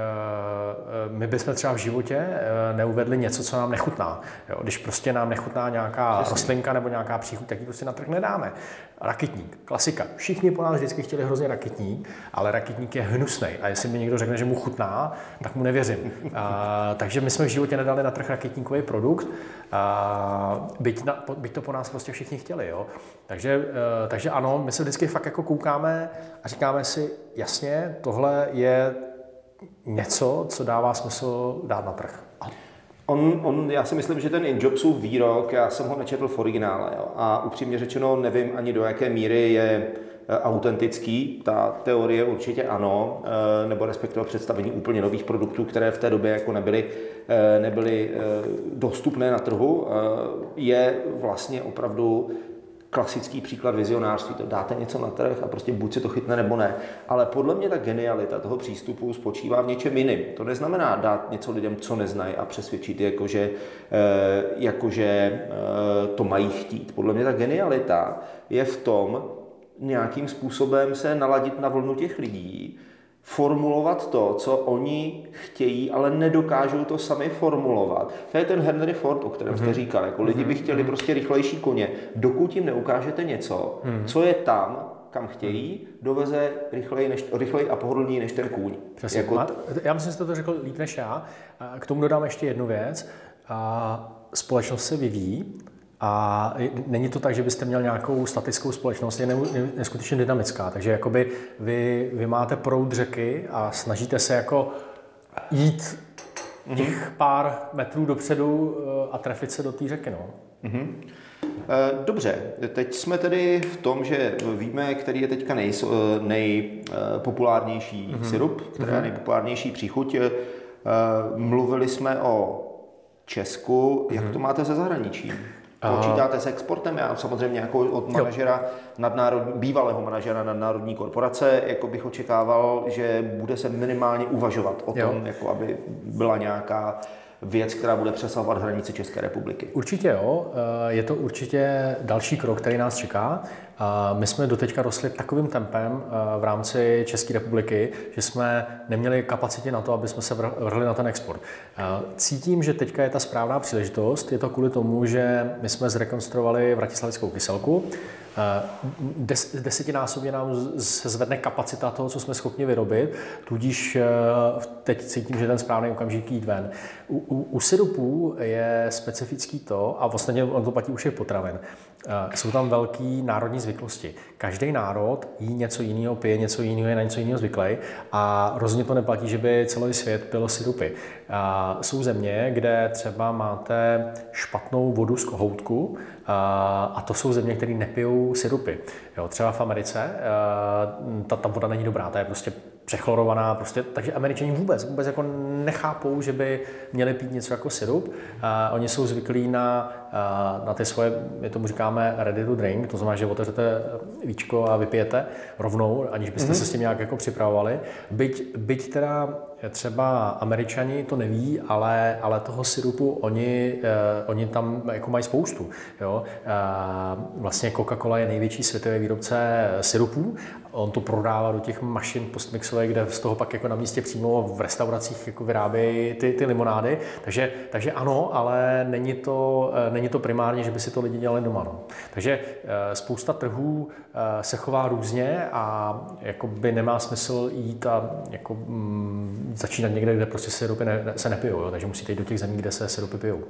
my bychom třeba v životě neuvedli něco, co nám nechutná. Jo? Když prostě nám nechutná nějaká Přesný. rostlinka nebo nějaká příchuť, tak ji prostě na trh nedáme. Rakitník, klasika. Všichni po nás vždycky chtěli hrozně rakitník, ale rakitník je hnusnej. A jestli mi někdo řekne, že mu chutná, tak mu nevěřím. A, takže my jsme v životě nedali na trh rakitníkový produkt, a, byť, na, byť to po nás prostě všichni chtěli. Jo? Takže, takže ano, my se vždycky fakt jako koukáme a říkáme si, jasně, tohle je něco, co dává smysl dát na trh. On, on, já si myslím, že ten Jobsův výrok, já jsem ho nečetl v originále, jo, a upřímně řečeno nevím ani do jaké míry je autentický. Ta teorie určitě ano, nebo respektive představení úplně nových produktů, které v té době jako nebyly, nebyly dostupné na trhu, je vlastně opravdu klasický příklad vizionářství, to dáte něco na trh a prostě buď se to chytne nebo ne. Ale podle mě ta genialita toho přístupu spočívá v něčem jiným. To neznamená dát něco lidem, co neznají a přesvědčit, jakože, jakože to mají chtít. Podle mě ta genialita je v tom nějakým způsobem se naladit na vlnu těch lidí, formulovat to, co oni chtějí, ale nedokážou to sami formulovat. To je ten Henry Ford, o kterém jste říkal. Jako lidi by chtěli prostě rychlejší koně. Dokud jim neukážete něco, co je tam, kam chtějí, doveze rychleji, než, rychleji a pohodlněji než ten kůň. Přesně. Jako... Já myslím, že jste to řekl líp než já. K tomu dodám ještě jednu věc. Společnost se vyvíjí. A není to tak, že byste měl nějakou statickou společnost, je neskutečně dynamická, takže jakoby vy, vy máte proud řeky a snažíte se jako jít těch pár metrů dopředu a trefit se do té řeky. No. Mm-hmm. Dobře, teď jsme tedy v tom, že víme, který je teďka nej, nejpopulárnější mm-hmm. sirup, která je nejpopulárnější příchuť. Mluvili jsme o Česku, jak mm-hmm. to máte se zahraničím? Počítáte s exportem? Já samozřejmě jako od manažera nadnárodní, bývalého manažera nadnárodní korporace, jako bych očekával, že bude se minimálně uvažovat o tom, jako aby byla nějaká věc, která bude přesahovat hranice České republiky. Určitě jo, je to určitě další krok, který nás čeká. My jsme doteďka rostli takovým tempem v rámci České republiky, že jsme neměli kapacity na to, aby jsme se vrhli na ten export. Cítím, že teďka je ta správná příležitost. Je to kvůli tomu, že my jsme zrekonstruovali vratislavskou kyselku. Des, desetinásobně nám se zvedne kapacita toho, co jsme schopni vyrobit, tudíž teď cítím, že ten správný okamžik jít ven. U, u, u syrupů je specifický to, a vlastně on to platí už je potravin, jsou tam velký národní zvyklosti. Každý národ jí něco jiného, pije něco jiného, je na něco jiného zvyklý a rozhodně to neplatí, že by celý svět pil syrupy. Jsou země, kde třeba máte špatnou vodu z kohoutku a to jsou země, které nepijou syrupy. Jo, třeba v Americe ta, ta voda není dobrá, ta je prostě přechlorovaná, prostě, takže Američani vůbec, vůbec jako nechápou, že by měli pít něco jako syrup. A oni jsou zvyklí na, na ty svoje, my tomu říkáme ready to drink, to znamená, že otevřete víčko a vypijete rovnou, aniž byste mm-hmm. se s tím nějak jako připravovali. Byť, byť teda třeba Američani to neví, ale, ale toho syrupu oni, eh, oni tam jako mají spoustu. Jo? Eh, vlastně Coca-Cola je největší světový výrobce syrupů. On to prodává do těch mašin postmixových, kde z toho pak jako na místě přímo v restauracích jako vyrábějí ty, ty limonády. Takže, takže ano, ale není to, eh, není to primárně, že by si to lidi dělali doma. No. Takže eh, spousta trhů eh, se chová různě a jakoby nemá smysl jít a jako, mm, začínat někde, kde prostě syrupy ne, se nepijou, jo? Takže musíte jít do těch zemí, kde se syrupy pijou.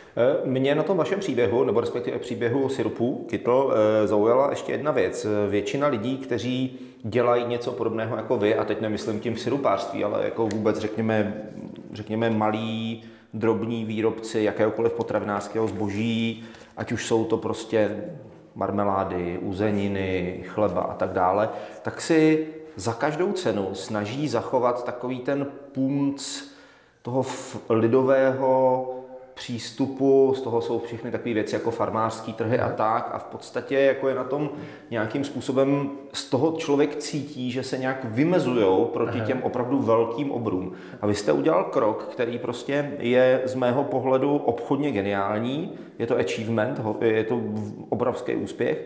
Mě na tom vašem příběhu, nebo respektive příběhu syrupů Kytl, zaujala ještě jedna věc. Většina lidí, kteří dělají něco podobného jako vy, a teď nemyslím tím syrupářství, ale jako vůbec řekněme, řekněme malí, drobní výrobci jakéhokoliv potravinářského zboží, ať už jsou to prostě marmelády, uzeniny, chleba a tak dále, tak si za každou cenu snaží zachovat takový ten punc toho lidového přístupu, z toho jsou všechny takové věci jako farmářský trhy a tak a v podstatě jako je na tom nějakým způsobem z toho člověk cítí, že se nějak vymezujou proti Aha. těm opravdu velkým obrům. A vy jste udělal krok, který prostě je z mého pohledu obchodně geniální, je to achievement, je to obrovský úspěch,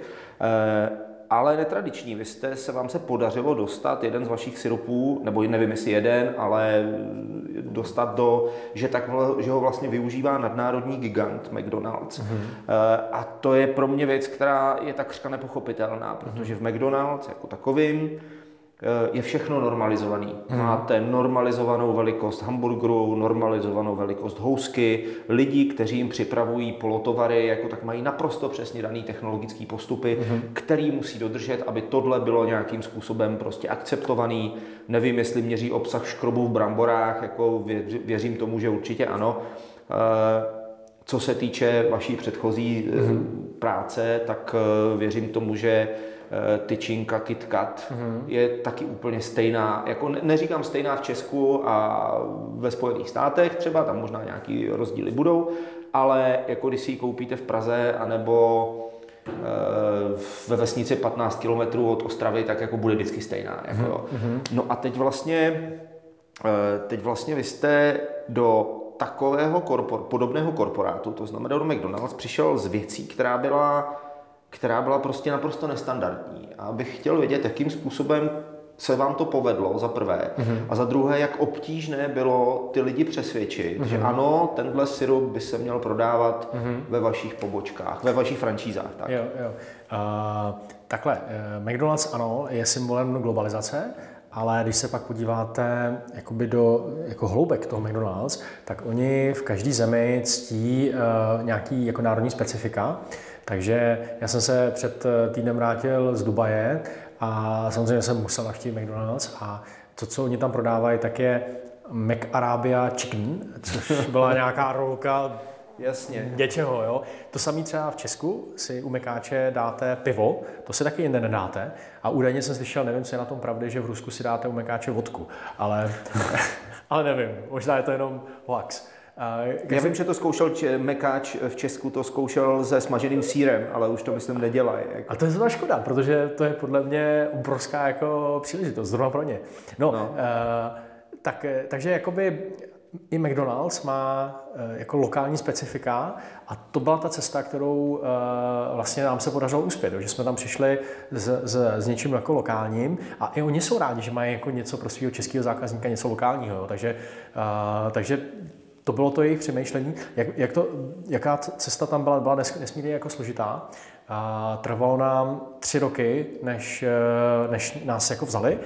ale netradiční. Vy jste, se vám se podařilo dostat jeden z vašich syrupů, nebo nevím jestli jeden, ale dostat do, že, tak, že ho vlastně využívá nadnárodní gigant McDonald's. Mm-hmm. A to je pro mě věc, která je takřka nepochopitelná, protože v McDonald's jako takovým je všechno normalizovaný. Hmm. Máte normalizovanou velikost hamburgerů, normalizovanou velikost housky, lidi, kteří jim připravují polotovary, jako tak mají naprosto přesně daný technologický postupy, hmm. který musí dodržet, aby tohle bylo nějakým způsobem prostě akceptovaný. Nevím, jestli měří obsah škrobu v bramborách, jako věřím tomu, že určitě ano. Co se týče vaší předchozí hmm. práce, tak věřím tomu, že tyčinka KitKat mm-hmm. je taky úplně stejná, jako ne, neříkám stejná v Česku a ve Spojených státech třeba, tam možná nějaký rozdíly budou, ale jako když si ji koupíte v Praze, anebo ve vesnici patnáct kilometrů od Ostravy, tak jako bude vždycky stejná. Jako, jo. No a teď vlastně, teď vlastně vy jste do takového korpor, podobného korporátu, to znamená do McDonald's, přišel z věcí, která byla, která byla prostě naprosto nestandardní. A bych chtěl vědět, jakým způsobem se vám to povedlo, za prvé, mm-hmm. a za druhé, jak obtížné bylo ty lidi přesvědčit, mm-hmm. že ano, tenhle syrup by se měl prodávat mm-hmm. ve vašich pobočkách, ve vašich francízách. Tak. Jo, jo. Uh, takhle, uh, McDonald's ano, je symbolem globalizace, ale když se pak podíváte jakoby do jako hloubek toho McDonald's, tak oni v každé zemi ctí uh, nějaký jako národní specifika. Takže já jsem se před týdnem vrátil z Dubaje a samozřejmě jsem musel navštívit McDonald's a to, co oni tam prodávají, tak je McArabia Chicken, což byla nějaká rolka Jasně. něčeho, jo. To samé třeba v Česku si u Mekáče dáte pivo, to si taky jinde nedáte. A údajně jsem slyšel, nevím, co je na tom pravdy, že v Rusku si dáte u Mekáče vodku, ale, ale nevím, možná je to jenom hoax. Já vím, že to zkoušel Mekáč v Česku, to zkoušel se smaženým sýrem, ale už to myslím nedělají. Jako. A to je zrovna škoda, protože to je podle mě obrovská jako příležitost, zrovna pro ně. No, no. Uh, tak, takže jakoby i McDonald's má uh, jako lokální specifika a to byla ta cesta, kterou uh, vlastně nám se podařilo uspět, že jsme tam přišli s, s, s něčím jako lokálním a i oni jsou rádi, že mají jako něco pro svého českého zákazníka, něco lokálního, jo. Takže, uh, takže to bylo to jejich přemýšlení. Jak, jak to, jaká cesta tam byla, byla nesmírně jako složitá. A trvalo nám tři roky, než, než nás jako vzali.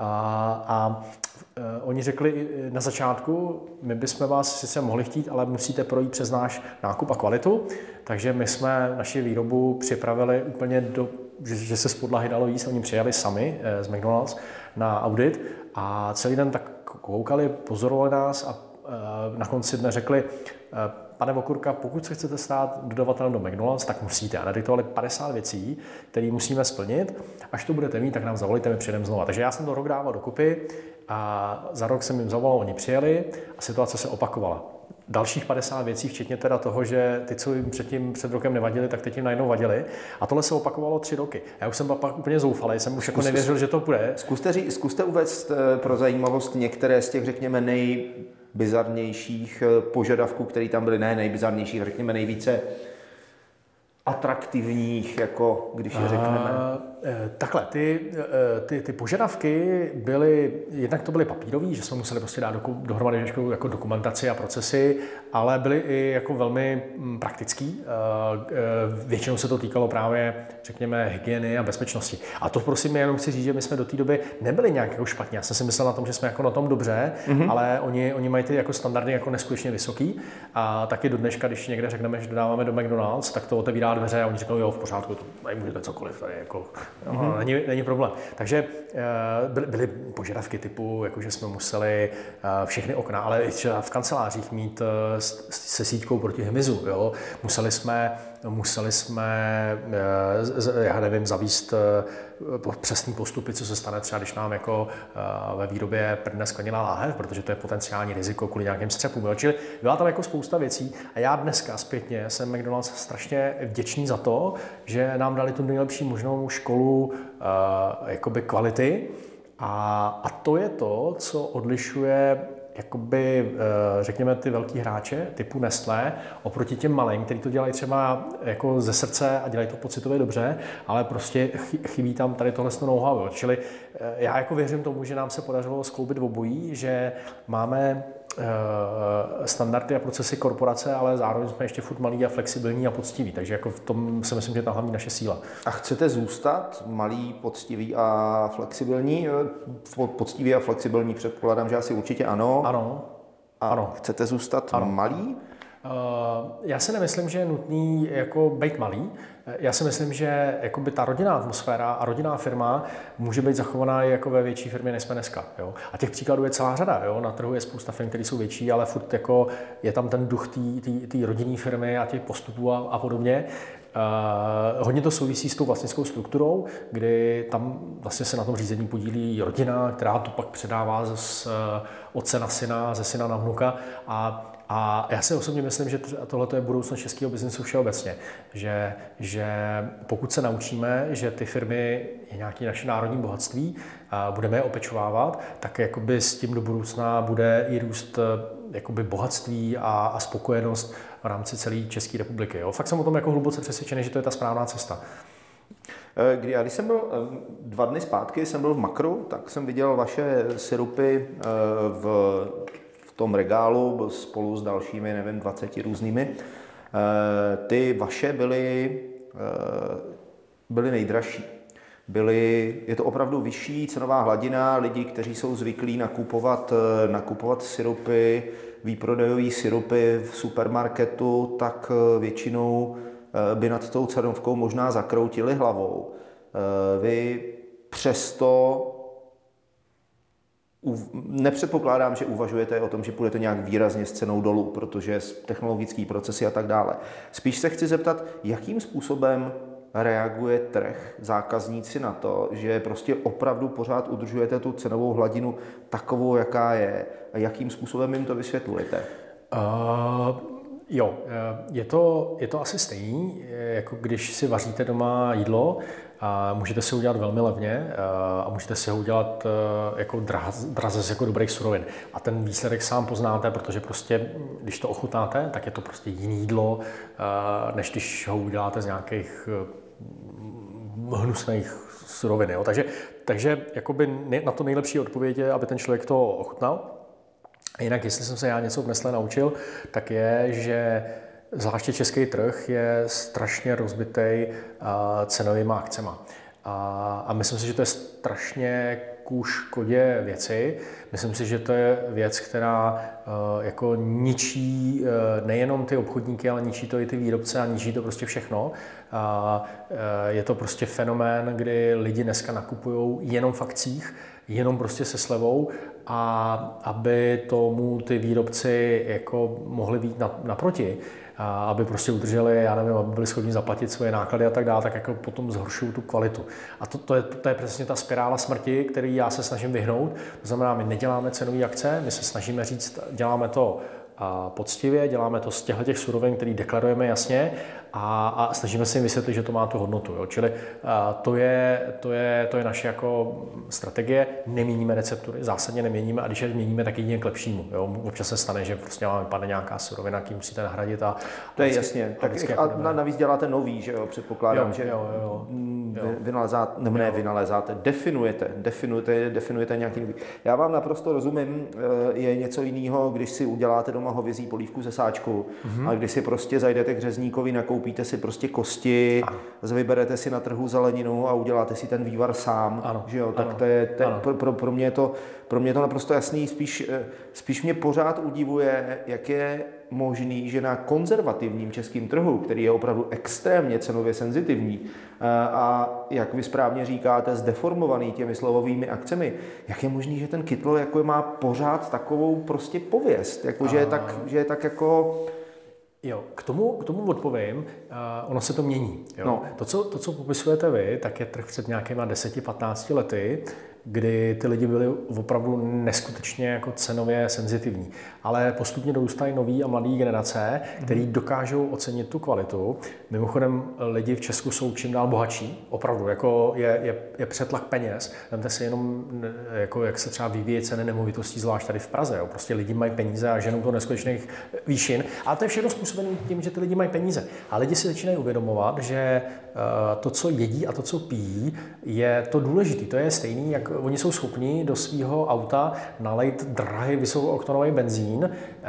A, a oni řekli na začátku, my bychom vás sice mohli chtít, ale musíte projít přes náš nákup a kvalitu. Takže my jsme naši výrobu připravili úplně do, že, že se z podlahy dalo jíst. Oni přijeli sami z McDonald's na audit a celý den tak koukali, pozorovali nás a na konci dne řekli, pane Vokurka, pokud se chcete stát dodavatelem do McDonald's, tak musíte. A nadiktovali padesát věcí, které musíme splnit. Až to budete mít, tak nám zavolejte, my přijedeme znova. Takže já jsem to rok dával dokupy a za rok jsem jim zavolal, oni přijeli a situace se opakovala. Dalších padesát věcí, včetně teda toho, že ty, co jim předtím před rokem nevadili, tak teď jim najednou vadili. A tohle se opakovalo tři roky. Já už jsem pak úplně zoufalý, jsem už jako nevěřil, že to bude. Zkuste, ří, zkuste uvést pro zajímavost některé z těch, řekněme, nejbizarnějších požadavků, které tam byly, ne nejbizarnějších, řekněme nejvíce atraktivních, jako když je řekneme. A, takhle, ty, ty, ty požadavky byly, jednak to byly papírový, že jsme museli prostě dát dohromady jako dokumentaci a procesy, ale byly i jako velmi praktický. Většinou se to týkalo právě, řekněme, hygieny a bezpečnosti. A to prosím, jenom chci říct, že my jsme do té doby nebyli nějak jako špatně. Já jsem si myslel na tom, že jsme jako na tom dobře, mm-hmm. ale oni, oni mají ty jako standardy jako neskutečně vysoký. A taky do dneška, když někde řekneme, že dodáváme do McDonald's, tak to otevírá dveře a oni říkají, jo, v pořádku, to tady můžete cokoliv, tady jako, mm-hmm. není, není problém. Takže byly, byly požadavky typu, jako že jsme museli všechny okna, ale i třeba v kancelářích mít se síťkou proti hmyzu, jo. Museli jsme, museli jsme, já nevím, zavíst přesný postupy, co se stane třeba, když nám jako ve výrobě prdne skleněná láhev, protože to je potenciální riziko kvůli nějakým střepům. Jo. Čili byla tam jako spousta věcí a já dneska zpětně jsem McDonald's strašně vděčný za to, že nám dali tu nejlepší možnou školu jakoby kvality a, a to je to, co odlišuje jakoby, řekněme, ty velký hráče typu Nestlé oproti těm malým, kteří to dělají třeba jako ze srdce a dělají to pocitově dobře, ale prostě chybí tam tady tohle know-how. Čili já jako věřím tomu, že nám se podařilo skloubit obojí, že máme standardy a procesy korporace, ale zároveň jsme ještě furt malí a flexibilní a poctiví. Takže jako v tom si myslím, že je ta hlavní naše síla. A chcete zůstat malí, poctiví a flexibilní? Poctiví a flexibilní předpokládám, že asi určitě ano. Ano. A ano. Chcete zůstat ano. malí? Já si nemyslím, že je nutný jako být malý. Já si myslím, že jakoby ta rodinná atmosféra a rodinná firma může být zachovaná i jako ve větší firmě, než jsme dneska. Jo? A těch příkladů je celá řada. Jo? Na trhu je spousta firm, které jsou větší, ale furt jako je tam ten duch té rodinné firmy a těch postupů a, a podobně. Uh, hodně to souvisí s tou vlastnickou strukturou, kdy tam vlastně se na tom řízení podílí rodina, která to pak předává z uh, otce na syna, ze syna na vnuka a a já si osobně myslím, že tohle je budoucnost českého biznesu všeobecně, že, že pokud se naučíme, že ty firmy je nějaké naše národní bohatství a budeme je opečovávat, tak jakoby s tím do budoucna bude i růst jakoby bohatství a, a spokojenost v rámci celé České republiky. Jo. Fakt jsem o tom jako hluboce přesvědčený, že to je ta správná cesta. Kdy já, když jsem byl dva dny zpátky, jsem byl v Makru, tak jsem viděl vaše sirupy v, v tom regálu, byl spolu s dalšími, nevím, dvaceti různými. Ty vaše byly, byly nejdražší. Byly, je to opravdu vyšší cenová hladina, lidi, kteří jsou zvyklí nakupovat, nakupovat sirupy, výprodejové sirupy v supermarketu, tak většinou by nad tou cenovkou možná zakroutili hlavou. Vy přesto nepředpokládám, že uvažujete o tom, že půjdete nějak výrazně s cenou dolů, protože technologické procesy a tak dále. Spíš se chci zeptat, jakým způsobem reaguje trh, zákazníci na to, že prostě opravdu pořád udržujete tu cenovou hladinu takovou, jaká je, a jakým způsobem jim to vysvětlujete? Uh... Jo, je to, je to asi stejný, jako když si vaříte doma jídlo a můžete si ho udělat velmi levně a můžete si ho udělat jako draze z jako dobrých surovin. A ten výsledek sám poznáte, protože prostě, když to ochutnáte, tak je to prostě jiný jídlo, než když ho uděláte z nějakých hnusných surovin. Jo. Takže, takže jakoby na to nejlepší odpověď je, aby ten člověk to ochutnal. A jinak, jestli jsem se já něco v Nestlé naučil, tak je, že zvláště český trh je strašně rozbitý cenovýma akcema. A, a myslím si, že to je strašně ku škodě věci. Myslím si, že to je věc, která jako ničí nejenom ty obchodníky, ale ničí to i ty výrobce a ničí to prostě všechno. A je to prostě fenomén, kdy lidi dneska nakupují jenom v akcích, jenom prostě se slevou, a aby tomu ty výrobci jako mohli být naproti, a aby prostě udrželi, já nevím, aby byli schopni zaplatit svoje náklady a tak dále, tak jako potom zhoršují tu kvalitu. A to, to, je, to je přesně ta spirála smrti, který já se snažím vyhnout. To znamená, my neděláme cenové akce, my se snažíme říct, děláme to a poctivě, děláme to z těchto těch surovin, který deklarujeme jasně, a, a snažíme se jim vysvětlit, že to má tu hodnotu. Jo. Čili a, to, je, to, je, to je naše jako strategie. Neměníme receptury, zásadně neměníme, a když je změníme, tak jedině k lepšímu. Jo. Občas se stane, že prostě vám vypadne nějaká surovina, kým musíte nahradit. A, to je jasně. Tak a na, navíc děláte nový, že jo, předpokládám, jo, že jo, jo, jo. Vynalezáte, ne, ne vynalezáte, definujete, definujete, definujete nějaký nový. Já vám naprosto rozumím, je něco jiného, když si uděláte doma hovězí polívku ze sáčku, mm-hmm. a když si prostě zajdete k řezníkovi, nakoupíte si prostě kosti, ano. vyberete si na trhu zeleninu a uděláte si ten vývar sám, ano. že jo, tak ano. to je, to, pro, pro, pro, mě je to, pro mě je to naprosto jasný, spíš, spíš mě pořád udivuje, jak je možný, že na konzervativním českém trhu, který je opravdu extrémně cenově senzitivní a, jak vy správně říkáte, zdeformovaný těmi slovovými akcemi, jak je možný, že ten kytl jako má pořád takovou prostě pověst, jako, že, je tak, že je tak jako... Jo, k tomu, k tomu odpovím, uh, ono se to mění. Jo. No. To, co, to, co popisujete vy, tak je trh před nějakýma deseti patnácti lety, kdy ty lidi byli opravdu neskutečně jako cenově senzitivní. Ale postupně dorůstají nový a mladý generace, který dokážou ocenit tu kvalitu. Mimochodem lidi v Česku jsou čím dál bohatší, opravdu, jako je, je, je přetlak peněz. Vemte si jenom, jako jak se třeba vyvíjí ceny nemovitostí, zvlášť tady v Praze. Jo. Prostě lidi mají peníze a ženou to neskutečných výšin. Ale to je všechno způsobené tím, že ty lidi mají peníze. A lidi si začínají uvědomovat, že to, co jedí a to, co pijí, je to důležité. To je stejný, jak oni jsou schopni do svého auta nalejt drahý vysokooktanový benzín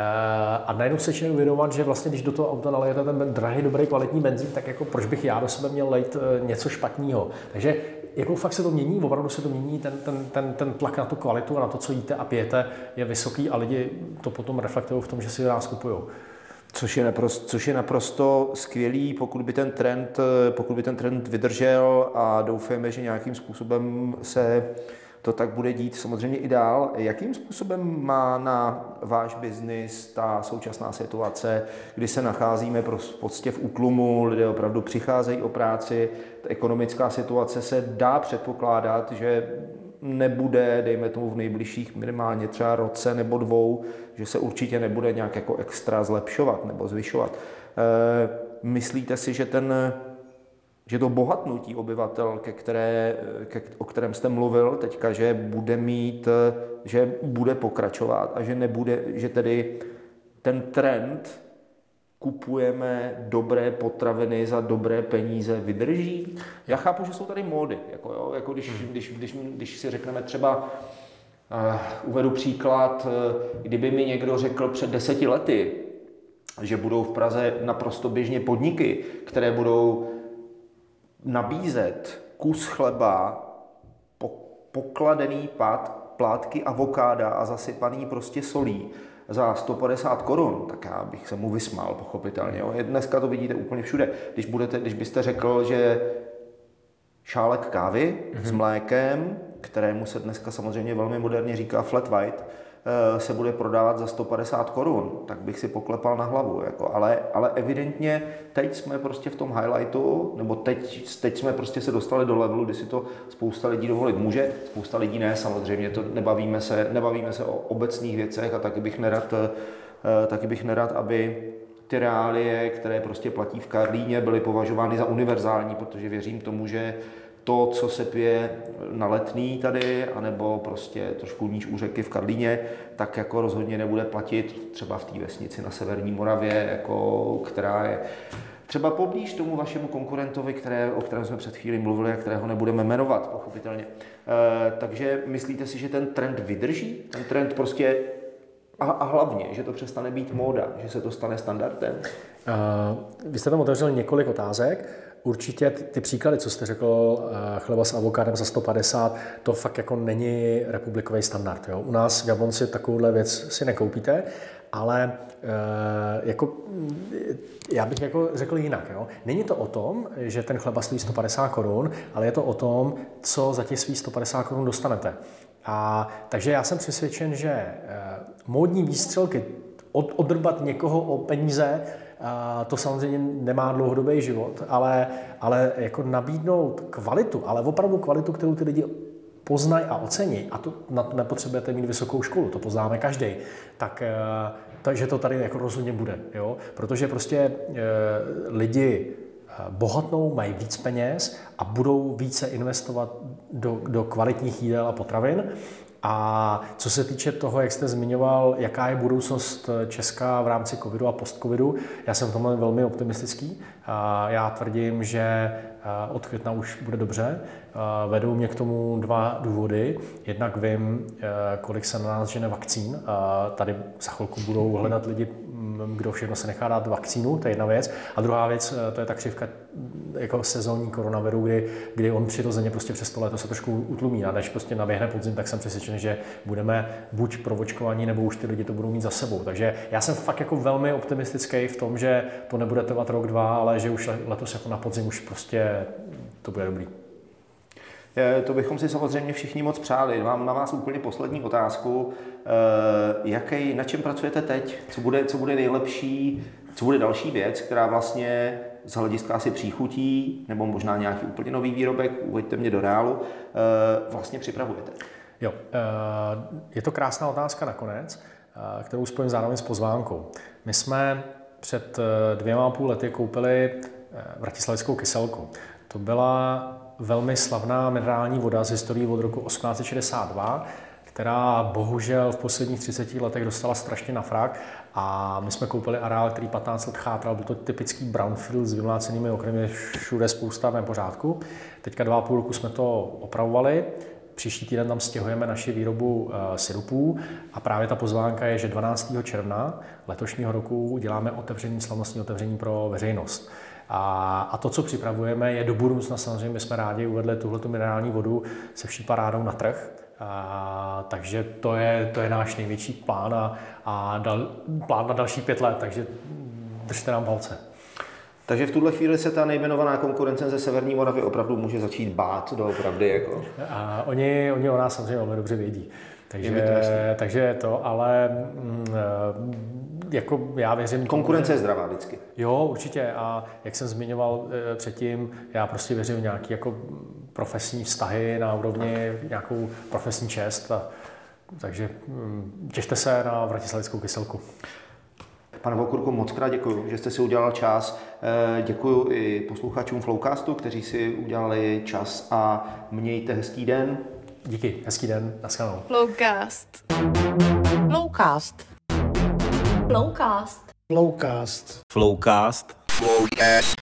a najednou se začínají uvědomovat, že vlastně, když do toho auta nalejete ten drahý, dobrý, kvalitní benzín, tak jako proč bych já do sebe měl lejt něco špatného. Takže jako fakt se to mění, opravdu se to mění, ten, ten, ten, ten tlak na tu kvalitu a na to, co jíte a pijete, je vysoký a lidi to potom reflektují v tom, že si nás kupují. Což je, naprosto, což je naprosto skvělý, pokud by ten trend, pokud by ten trend vydržel, a doufáme, že nějakým způsobem se to tak bude dít samozřejmě i dál. Jakým způsobem má na váš biznis ta současná situace, kdy se nacházíme prostě v útlumu, lidé opravdu přicházejí o práci, ta ekonomická situace se dá předpokládat, že nebude, dejme tomu v nejbližších minimálně třeba roce nebo dvou, že se určitě nebude nějak jako extra zlepšovat nebo zvyšovat. E, myslíte si, že ten že to bohatnutí obyvatel, ke které, ke, o kterém jste mluvil teďka, že bude mít, že bude pokračovat a že nebude, že tedy ten trend kupujeme dobré potraviny za dobré peníze vydrží? Já chápu, že jsou tady módy, jako, jo, jako když, hmm. když, když, když si řekneme třeba, uh, uvedu příklad, uh, kdyby mi někdo řekl před deseti lety, že budou v Praze naprosto běžně podniky, které budou nabízet kus chleba, pokladený pát, plátky avokáda a zasypaný prostě solí za sto padesát korun, tak já bych se mu vysmál, pochopitelně. Jo. Dneska to vidíte úplně všude. Když, budete, když byste řekl, že šálek kávy mm-hmm. s mlékem, kterému se dneska samozřejmě velmi moderně říká flat white, se bude prodávat za sto padesát korun, tak bych si poklepal na hlavu. Jako. Ale, ale evidentně teď jsme prostě v tom highlightu, nebo teď, teď jsme prostě se dostali do levelu, kdy si to spousta lidí dovolit může, spousta lidí ne, samozřejmě to nebavíme se, nebavíme se o obecných věcech a taky bych nerad, taky bych nerad, aby ty reálie, které prostě platí v Karlíně, byly považovány za univerzální, protože věřím tomu, že to, co se pije na Letný tady, anebo prostě trošku níž u řeky v Karlíně, tak jako rozhodně nebude platit třeba v té vesnici na severní Moravě, jako, která je třeba poblíž tomu vašemu konkurentovi, které, o kterém jsme před chvílí mluvili a kterého nebudeme jmenovat, pochopitelně. E, takže myslíte si, že ten trend vydrží? Ten trend prostě a, a hlavně, že to přestane být móda, že se to stane standardem? Uh, vy jste tam otevřel několik otázek. Určitě ty, ty příklady, co jste řekl, chleba s avokádem za sto padesát, to fakt jako není republikový standard. Jo? U nás v Jablonci takovouhle věc si nekoupíte, ale e, jako, já bych jako řekl jinak. Jo? Není to o tom, že ten chleba stojí sto padesát korun, ale je to o tom, co za těch svých sto padesát korun dostanete. A, takže já jsem přesvědčen, že e, módní výstřelky, od, odrbat někoho o peníze, a to samozřejmě nemá dlouhodobý život, ale, ale jako nabídnout kvalitu, ale opravdu kvalitu, kterou ty lidi poznají a ocení, a to na to nepotřebujete mít vysokou školu, to poznáme každý, tak takže to tady jako rozhodně bude, jo? Protože prostě e, lidi bohatnou, mají víc peněz a budou více investovat do, do kvalitních jídel a potravin. A co se týče toho, jak jste zmiňoval, jaká je budoucnost Česka v rámci covidu a post-covidu, já jsem v tomhle velmi optimistický. Já tvrdím, že od května už bude dobře. Vedou mě k tomu dva důvody. Jednak vím, kolik se na nás žene vakcín. Tady za chvilku budou hledat lidi, kdo všechno se nechá dát vakcínu, to je jedna věc. A druhá věc, to je ta křivka jako sezónní koronaviru, kdy, kdy on přirozeně prostě přes to léto se trošku utlumí. A než prostě naběhne podzim, tak jsem přesvědčen, že budeme buď provočkovaní, nebo už ty lidi to budou mít za sebou. Takže já jsem fakt jako velmi optimistický v tom, že to nebude trvat rok, dva, ale že už letos jako na podzim už prostě to bude dobrý. To bychom si samozřejmě všichni moc přáli. Mám na vás úplně poslední otázku. Jaký, na čem pracujete teď? Co bude, co bude nejlepší, co bude další věc, která vlastně z hlediska asi příchutí, nebo možná nějaký úplně nový výrobek, uveďte mě do reálu, vlastně připravujete? Jo, je to krásná otázka nakonec, kterou spojím zároveň s pozvánkou. My jsme před dvěma a půl lety koupili vratislavskou kyselku. To byla velmi slavná minerální voda z historií od roku osmnáct set šedesát dva, která bohužel v posledních třiceti letech dostala strašně na frak a my jsme koupili areál, který patnáct let chátral, byl to typický brownfield s vymlácenými okramy, všude spousta nepořádku. Teďka dva a půl roku jsme to opravovali, příští týden tam stěhujeme naši výrobu e, sirupů a právě ta pozvánka je, že dvanáctého června letošního roku uděláme otevření, slavnostní otevření pro veřejnost. A, a to, co připravujeme, je do budoucna samozřejmě, my jsme rádi uvedli tuhletu minerální vodu se vší parádou na trh. A, takže to je, to je náš největší plán a, a dal, plán na další pět let, takže držte nám palce. Takže v tuhle chvíli se ta nejmenovaná konkurence ze Severní Moravy opravdu může začít bát doopravdy. Jako. A oni, oni o nás samozřejmě velmi dobře vědí. Takže, takže to, ale mm, jako já věřím... Konkurence je zdravá vždycky. Jo, určitě. A jak jsem zmiňoval e, předtím, já prostě věřím v nějaký jako profesní vztahy na úrovni nějakou profesní čest. A, takže hm, těšte se na Vratislavickou kyselku. Pane Vokurko, moc krát děkuji, že jste si udělal čas. Děkuji i posluchačům Flowcastu, kteří si udělali čas a mějte hezký den. Díky, hezký den, naschledanou. Flowcast. Flowcast. Flowcast. Flowcast. Flowcast.